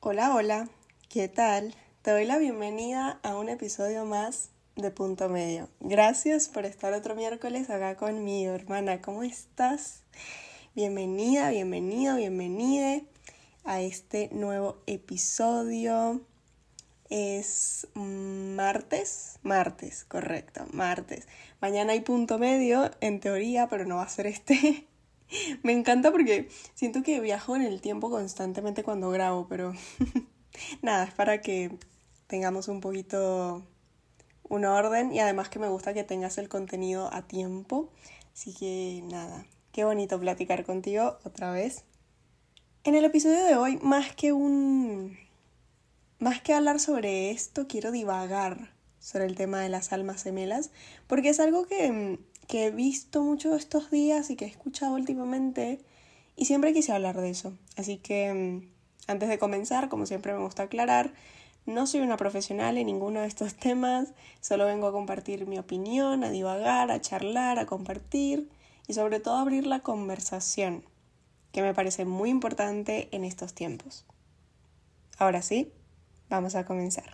Hola, hola, ¿qué tal? Te doy la bienvenida a un episodio más de Punto Medio. Gracias por estar otro miércoles acá conmigo, hermana. ¿Cómo estás? Bienvenida, bienvenide a este nuevo episodio. Es martes, correcto, martes. Mañana hay Punto Medio, en teoría, pero no va a ser este. Me encanta porque siento que viajo en el tiempo constantemente cuando grabo, pero nada, es para que tengamos un poquito un orden y además que me gusta que tengas el contenido a tiempo. Así que nada, qué bonito platicar contigo otra vez. En el episodio de hoy, más que hablar sobre esto, quiero divagar sobre el tema de las almas gemelas, porque es algo que he visto mucho estos días y que he escuchado últimamente y siempre quise hablar de eso. Así que antes de comenzar, como siempre me gusta aclarar, no soy una profesional en ninguno de estos temas, solo vengo a compartir mi opinión, a divagar, a charlar, a compartir y sobre todo a abrir la conversación, que me parece muy importante en estos tiempos. Ahora sí, vamos a comenzar.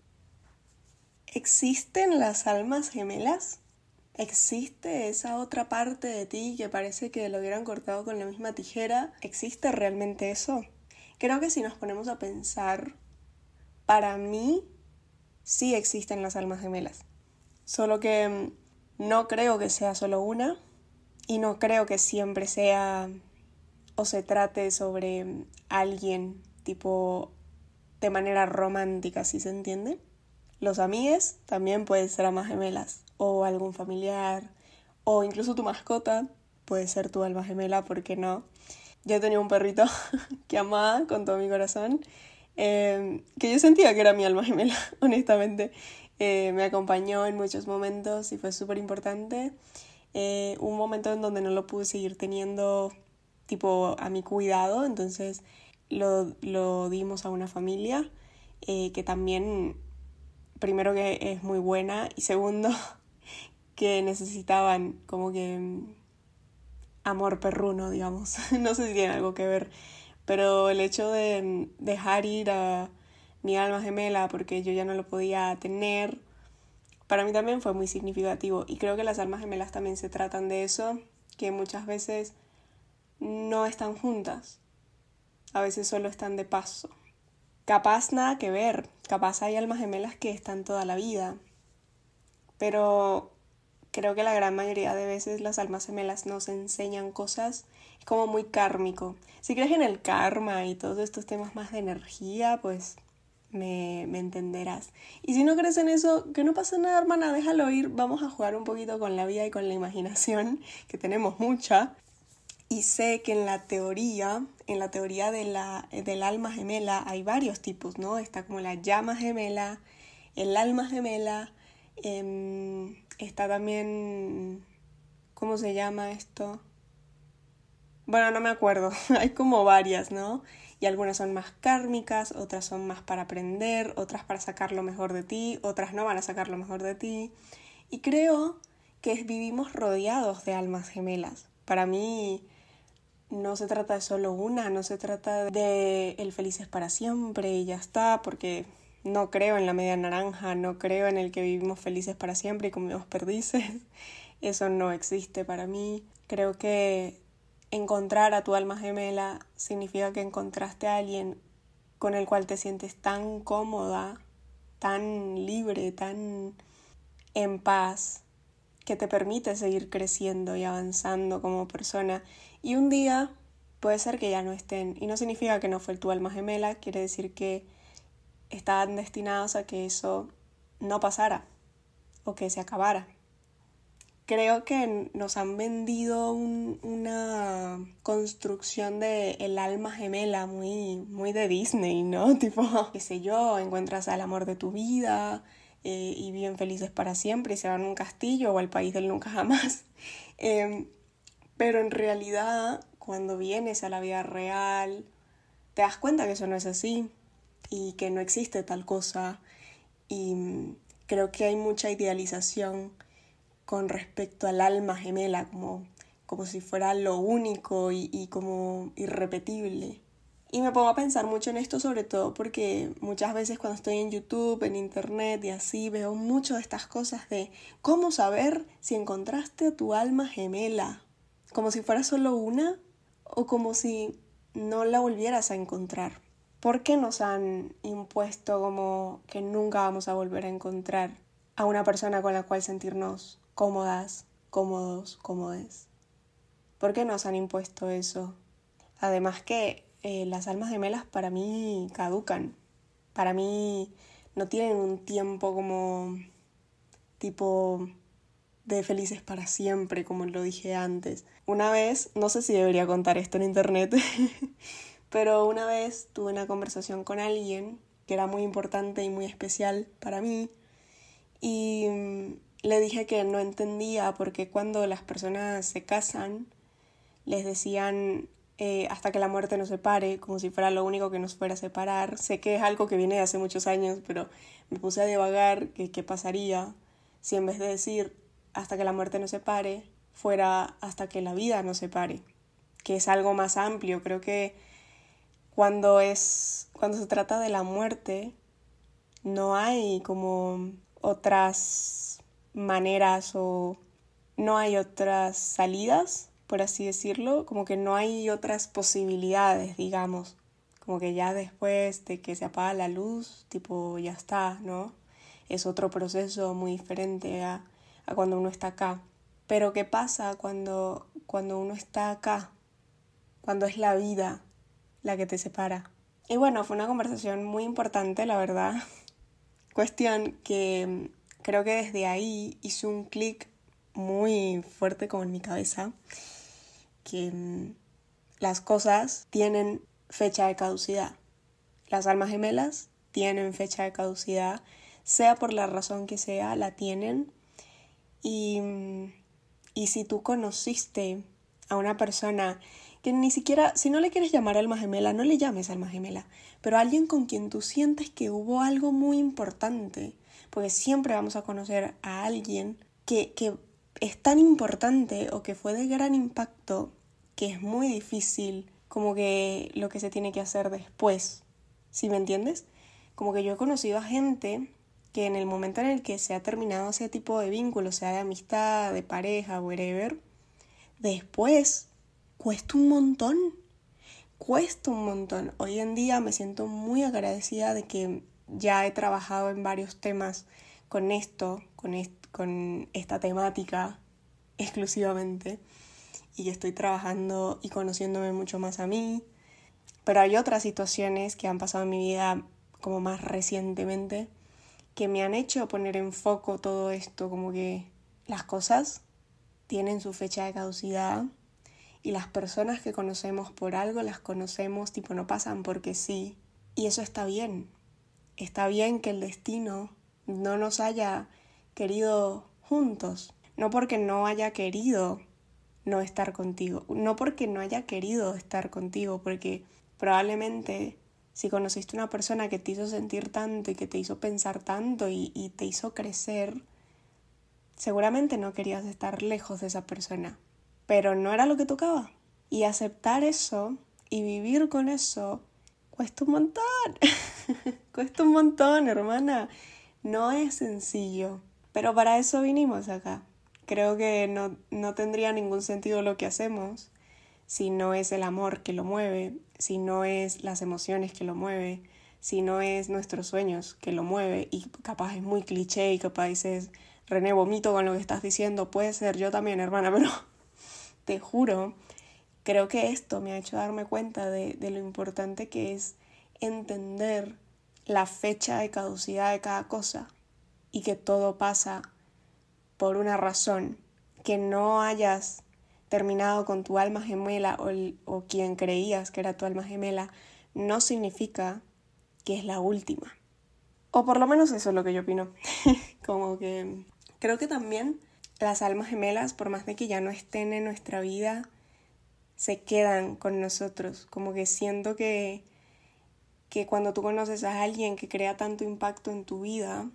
¿Existen las almas gemelas? ¿Existe esa otra parte de ti que parece que lo hubieran cortado con la misma tijera? ¿Existe realmente eso? Creo que si nos ponemos a pensar, para mí sí existen las almas gemelas. Solo que no creo que sea solo una y no creo que siempre sea o se trate sobre alguien tipo de manera romántica, ¿sí se entiende? Los amigues también pueden ser almas gemelas, o algún familiar, o incluso tu mascota puede ser tu alma gemela, ¿por qué no? Yo tenía un perrito que amaba con todo mi corazón, que yo sentía que era mi alma gemela, honestamente. Me acompañó en muchos momentos y fue súper importante. Un momento en donde no lo pude seguir teniendo tipo a mi cuidado, entonces lo dimos a una familia que también, primero que es muy buena y segundo que necesitaban como que amor perruno, digamos. No sé si tiene algo que ver, pero el hecho de dejar ir a mi alma gemela porque yo ya no lo podía tener, para mí también fue muy significativo y creo que las almas gemelas también se tratan de eso, que muchas veces no están juntas, a veces solo están de paso. Capaz nada que ver, capaz hay almas gemelas que están toda la vida, pero creo que la gran mayoría de veces las almas gemelas nos enseñan cosas, es como muy kármico. Si crees en el karma y todos estos temas más de energía, pues me entenderás. Y si no crees en eso, que no pasa nada, hermana, déjalo ir, vamos a jugar un poquito con la vida y con la imaginación, que tenemos mucha. Y sé que en la teoría del alma gemela hay varios tipos, ¿no? Está como la llama gemela, el alma gemela, está también, ¿cómo se llama esto? Bueno, no me acuerdo, hay como varias, ¿no? Y algunas son más kármicas, otras son más para aprender, otras para sacar lo mejor de ti, otras no van a sacar lo mejor de ti. Y creo que vivimos rodeados de almas gemelas. Para mí no se trata de solo una, no se trata de el felices para siempre y ya está, porque no creo en la media naranja, no creo en el que vivimos felices para siempre y comemos perdices. Eso no existe para mí. Creo que encontrar a tu alma gemela significa que encontraste a alguien con el cual te sientes tan cómoda, tan libre, tan en paz, que te permite seguir creciendo y avanzando como persona. Y un día puede ser que ya no estén. Y no significa que no fue tu alma gemela, quiere decir que estaban destinados a que eso no pasara o que se acabara. Creo que nos han vendido una construcción de el alma gemela muy de Disney, ¿no? Tipo, qué sé yo, encuentras al amor de tu vida y viven felices para siempre y se van a un castillo o al país del nunca jamás. Pero en realidad, cuando vienes a la vida real, te das cuenta que eso no es así y que no existe tal cosa. Y creo que hay mucha idealización con respecto al alma gemela, como si fuera lo único y como irrepetible. Y me pongo a pensar mucho en esto, sobre todo porque muchas veces cuando estoy en YouTube, en internet y así, veo mucho de estas cosas de cómo saber si encontraste a tu alma gemela. Como si fuera solo una o como si no la volvieras a encontrar. ¿Por qué nos han impuesto como que nunca vamos a volver a encontrar a una persona con la cual sentirnos cómodas, cómodos, cómodes? ¿Por qué nos han impuesto eso? Además que las almas gemelas para mí caducan. Para mí no tienen un tiempo como tipo de felices para siempre, como lo dije antes. Una vez, no sé si debería contar esto en internet, pero una vez tuve una conversación con alguien que era muy importante y muy especial para mí y le dije que no entendía por qué cuando las personas se casan les decían hasta que la muerte nos separe, como si fuera lo único que nos fuera a separar. Sé que es algo que viene de hace muchos años, pero me puse a divagar que qué pasaría si en vez de decir hasta que la muerte nos separe, fuera hasta que la vida nos separe, que es algo más amplio. Creo que cuando se trata de la muerte, no hay como otras maneras o no hay otras salidas, por así decirlo, como que no hay otras posibilidades, digamos, como que ya después de que se apaga la luz, tipo, ya está, ¿no? Es otro proceso muy diferente a cuando uno está acá. Pero ¿qué pasa cuando uno está acá? Cuando es la vida la que te separa. Y bueno, fue una conversación muy importante, la verdad. Cuestión que creo que desde ahí hizo un clic muy fuerte como en mi cabeza, que las cosas tienen fecha de caducidad. Las almas gemelas tienen fecha de caducidad, sea por la razón que sea, la tienen. Y, y si tú conociste a una persona que ni siquiera, si no le quieres llamar alma gemela, no le llames alma gemela, pero alguien con quien tú sientes que hubo algo muy importante, porque siempre vamos a conocer a alguien que es tan importante o que fue de gran impacto que es muy difícil como que lo que se tiene que hacer después, ¿sí me entiendes? Como que yo he conocido a gente que en el momento en el que se ha terminado ese tipo de vínculo, sea de amistad, de pareja, whatever, después cuesta un montón. Hoy en día me siento muy agradecida de que ya he trabajado en varios temas con esto, con esta temática exclusivamente, y que estoy trabajando y conociéndome mucho más a mí. Pero hay otras situaciones que han pasado en mi vida como más recientemente que me han hecho poner en foco todo esto, como que las cosas tienen su fecha de caducidad y las personas que conocemos por algo las conocemos, tipo no pasan porque sí, y eso está bien. Está bien que el destino no nos haya querido juntos, no porque no haya querido no estar contigo, no porque no haya querido estar contigo, porque probablemente si conociste una persona que te hizo sentir tanto y que te hizo pensar tanto y te hizo crecer, seguramente no querías estar lejos de esa persona, pero no era lo que tocaba. Y aceptar eso y vivir con eso cuesta un montón. Cuesta un montón, hermana. No es sencillo. Pero para eso vinimos acá. Creo que no tendría ningún sentido lo que hacemos si no es el amor que lo mueve, si no es las emociones que lo mueve, si no es nuestros sueños que lo mueve. Y capaz es muy cliché y capaz dices, René, vomito con lo que estás diciendo. Puede ser, yo también, hermana, pero te juro, creo que esto me ha hecho darme cuenta de lo importante que es entender la fecha de caducidad de cada cosa y que todo pasa por una razón, que no hayas terminado con tu alma gemela o quien creías que era tu alma gemela, no significa que es la última. O por lo menos eso es lo que yo opino. Como que creo que también las almas gemelas, por más de que ya no estén en nuestra vida, se quedan con nosotros. Como que siento que cuando tú conoces a alguien que crea tanto impacto en tu vida,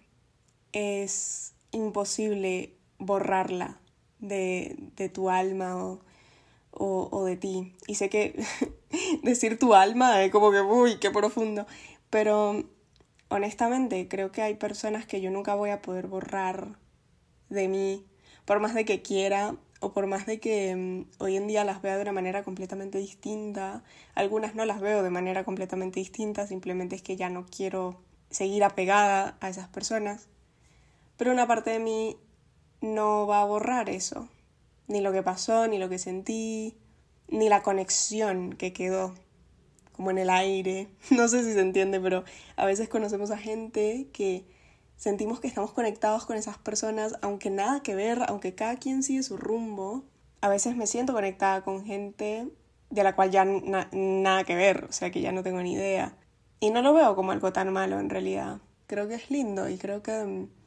es imposible borrarla de tu alma o de ti. Y sé que decir tu alma es como que, uy, qué profundo. Pero honestamente creo que hay personas que yo nunca voy a poder borrar de mí, por más de que quiera o por más de que hoy en día las vea de una manera completamente distinta. Algunas no las veo de manera completamente distinta, simplemente es que ya no quiero seguir apegada a esas personas. Pero una parte de mí no va a borrar eso, ni lo que pasó, ni lo que sentí, ni la conexión que quedó como en el aire. No sé si se entiende, pero a veces conocemos a gente que sentimos que estamos conectados con esas personas, aunque nada que ver, aunque cada quien sigue su rumbo. A veces me siento conectada con gente de la cual ya nada que ver, o sea que ya no tengo ni idea. Y no lo veo como algo tan malo en realidad. Creo que es lindo y creo que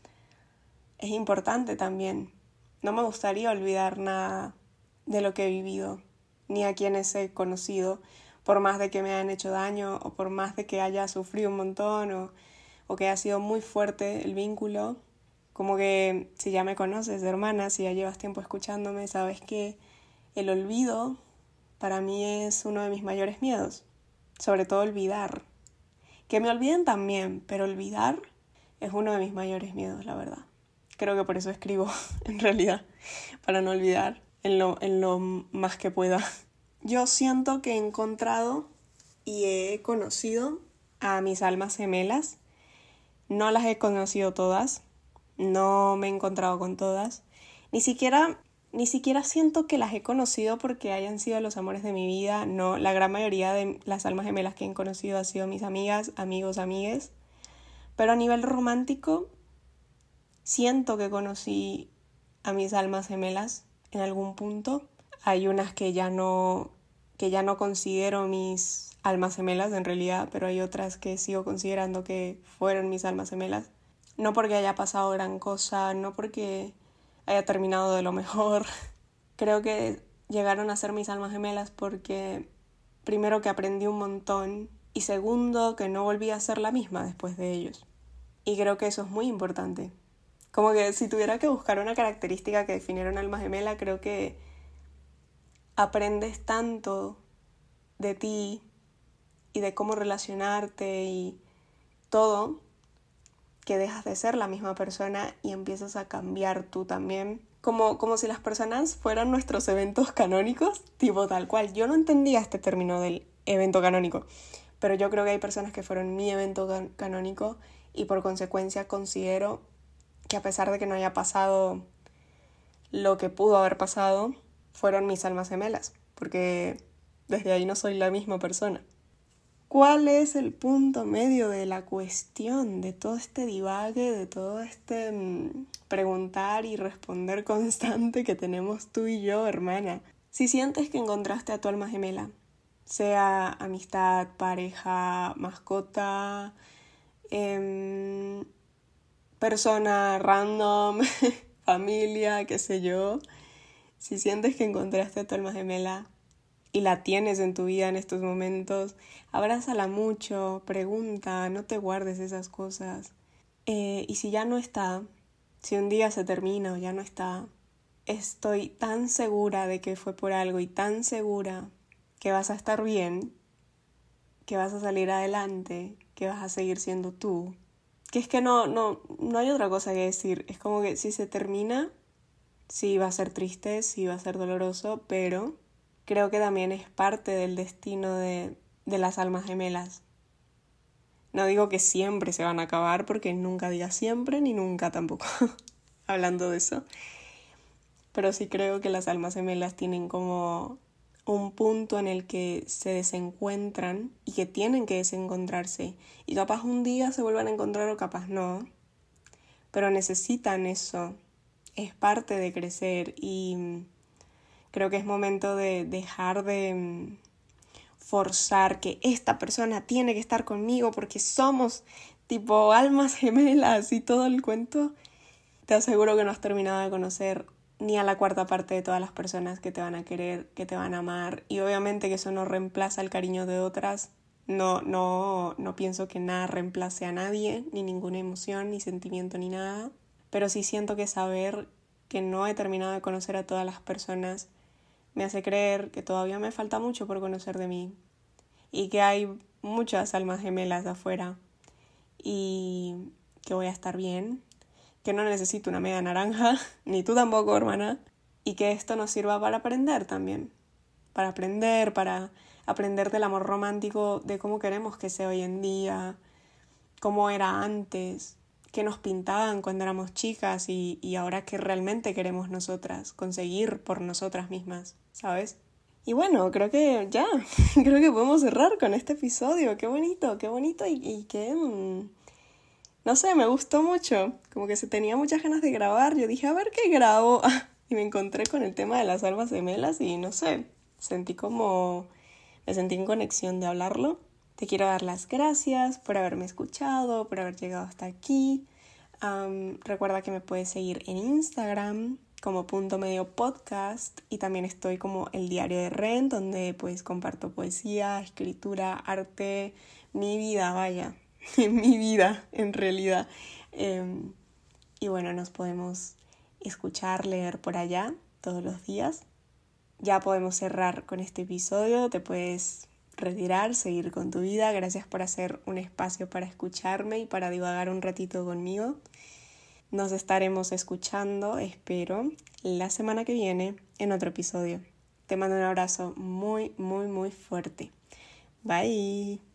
es importante también. No me gustaría olvidar nada de lo que he vivido, ni a quienes he conocido, por más de que me hayan hecho daño o por más de que haya sufrido un montón o que haya sido muy fuerte el vínculo. Como que si ya me conoces, hermana, si ya llevas tiempo escuchándome, sabes que el olvido para mí es uno de mis mayores miedos. Sobre todo olvidar. Que me olviden también, pero olvidar es uno de mis mayores miedos, la verdad. Creo que por eso escribo, en realidad, para no olvidar en lo más que pueda. Yo siento que he encontrado y he conocido a mis almas gemelas. No las he conocido todas, no me he encontrado con todas. Ni siquiera siento que las he conocido porque hayan sido los amores de mi vida. No, la gran mayoría de las almas gemelas que he conocido han sido mis amigas, amigos, amigues. Pero a nivel romántico, siento que conocí a mis almas gemelas en algún punto. Hay unas que ya no considero mis almas gemelas en realidad, pero hay otras que sigo considerando que fueron mis almas gemelas. No porque haya pasado gran cosa, no porque haya terminado de lo mejor. Creo que llegaron a ser mis almas gemelas porque primero que aprendí un montón y segundo que no volví a ser la misma después de ellos. Y creo que eso es muy importante. Como que si tuviera que buscar una característica que definiera un alma gemela, creo que aprendes tanto de ti y de cómo relacionarte y todo, que dejas de ser la misma persona y empiezas a cambiar tú también. Como si las personas fueran nuestros eventos canónicos, tipo tal cual. Yo no entendía este término del evento canónico, pero yo creo que hay personas que fueron mi evento canónico y por consecuencia considero que a pesar de que no haya pasado lo que pudo haber pasado, fueron mis almas gemelas, porque desde ahí no soy la misma persona. ¿Cuál es el punto medio de la cuestión, de todo este divague, de todo este preguntar y responder constante que tenemos tú y yo, hermana? Si sientes que encontraste a tu alma gemela, sea amistad, pareja, mascota, persona random, familia, qué sé yo, si sientes que encontraste a tu alma gemela y la tienes en tu vida en estos momentos, abrázala mucho, pregunta, no te guardes esas cosas. Y si ya no está, si un día se termina o ya no está, estoy tan segura de que fue por algo y tan segura que vas a estar bien, que vas a salir adelante, que vas a seguir siendo tú. Que es que no hay otra cosa que decir. Es como que si se termina, sí va a ser triste, sí va a ser doloroso, pero creo que también es parte del destino de las almas gemelas. No digo que siempre se van a acabar, porque nunca diga siempre ni nunca tampoco, hablando de eso. Pero sí creo que las almas gemelas tienen como un punto en el que se desencuentran y que tienen que desencontrarse. Y capaz un día se vuelvan a encontrar o capaz no. Pero necesitan eso. Es parte de crecer y creo que es momento de dejar de forzar que esta persona tiene que estar conmigo porque somos tipo almas gemelas y todo el cuento. Te aseguro que no has terminado de conocer ni a la cuarta parte de todas las personas que te van a querer, que te van a amar. Y obviamente que eso no reemplaza el cariño de otras. No pienso que nada reemplace a nadie, ni ninguna emoción, ni sentimiento, ni nada. Pero sí siento que saber que no he terminado de conocer a todas las personas me hace creer que todavía me falta mucho por conocer de mí y que hay muchas almas gemelas afuera y que voy a estar bien, que no necesito una media naranja, ni tú tampoco, hermana, y que esto nos sirva para aprender también, para aprender del amor romántico, de cómo queremos que sea hoy en día, cómo era antes, qué nos pintaban cuando éramos chicas y ahora qué realmente queremos nosotras, conseguir por nosotras mismas, ¿sabes? Y bueno, creo que ya, creo que podemos cerrar con este episodio, qué bonito y qué... no sé, me gustó mucho, como que se tenía muchas ganas de grabar, yo dije, a ver qué grabo, y me encontré con el tema de las almas gemelas y no sé, me sentí en conexión de hablarlo. Te quiero dar las gracias por haberme escuchado, por haber llegado hasta aquí. Recuerda que me puedes seguir en Instagram como Punto Medio Podcast y también estoy como El Diario de Ren, donde pues comparto poesía, escritura, arte, mi vida, vaya, mi vida en realidad. Y bueno, nos podemos escuchar, leer por allá todos los días. Ya podemos cerrar con este episodio, te puedes retirar, seguir con tu vida. Gracias por hacer un espacio para escucharme y para divagar un ratito conmigo. Nos estaremos escuchando, espero, la semana que viene en otro episodio. Te mando un abrazo muy, muy, muy fuerte. Bye.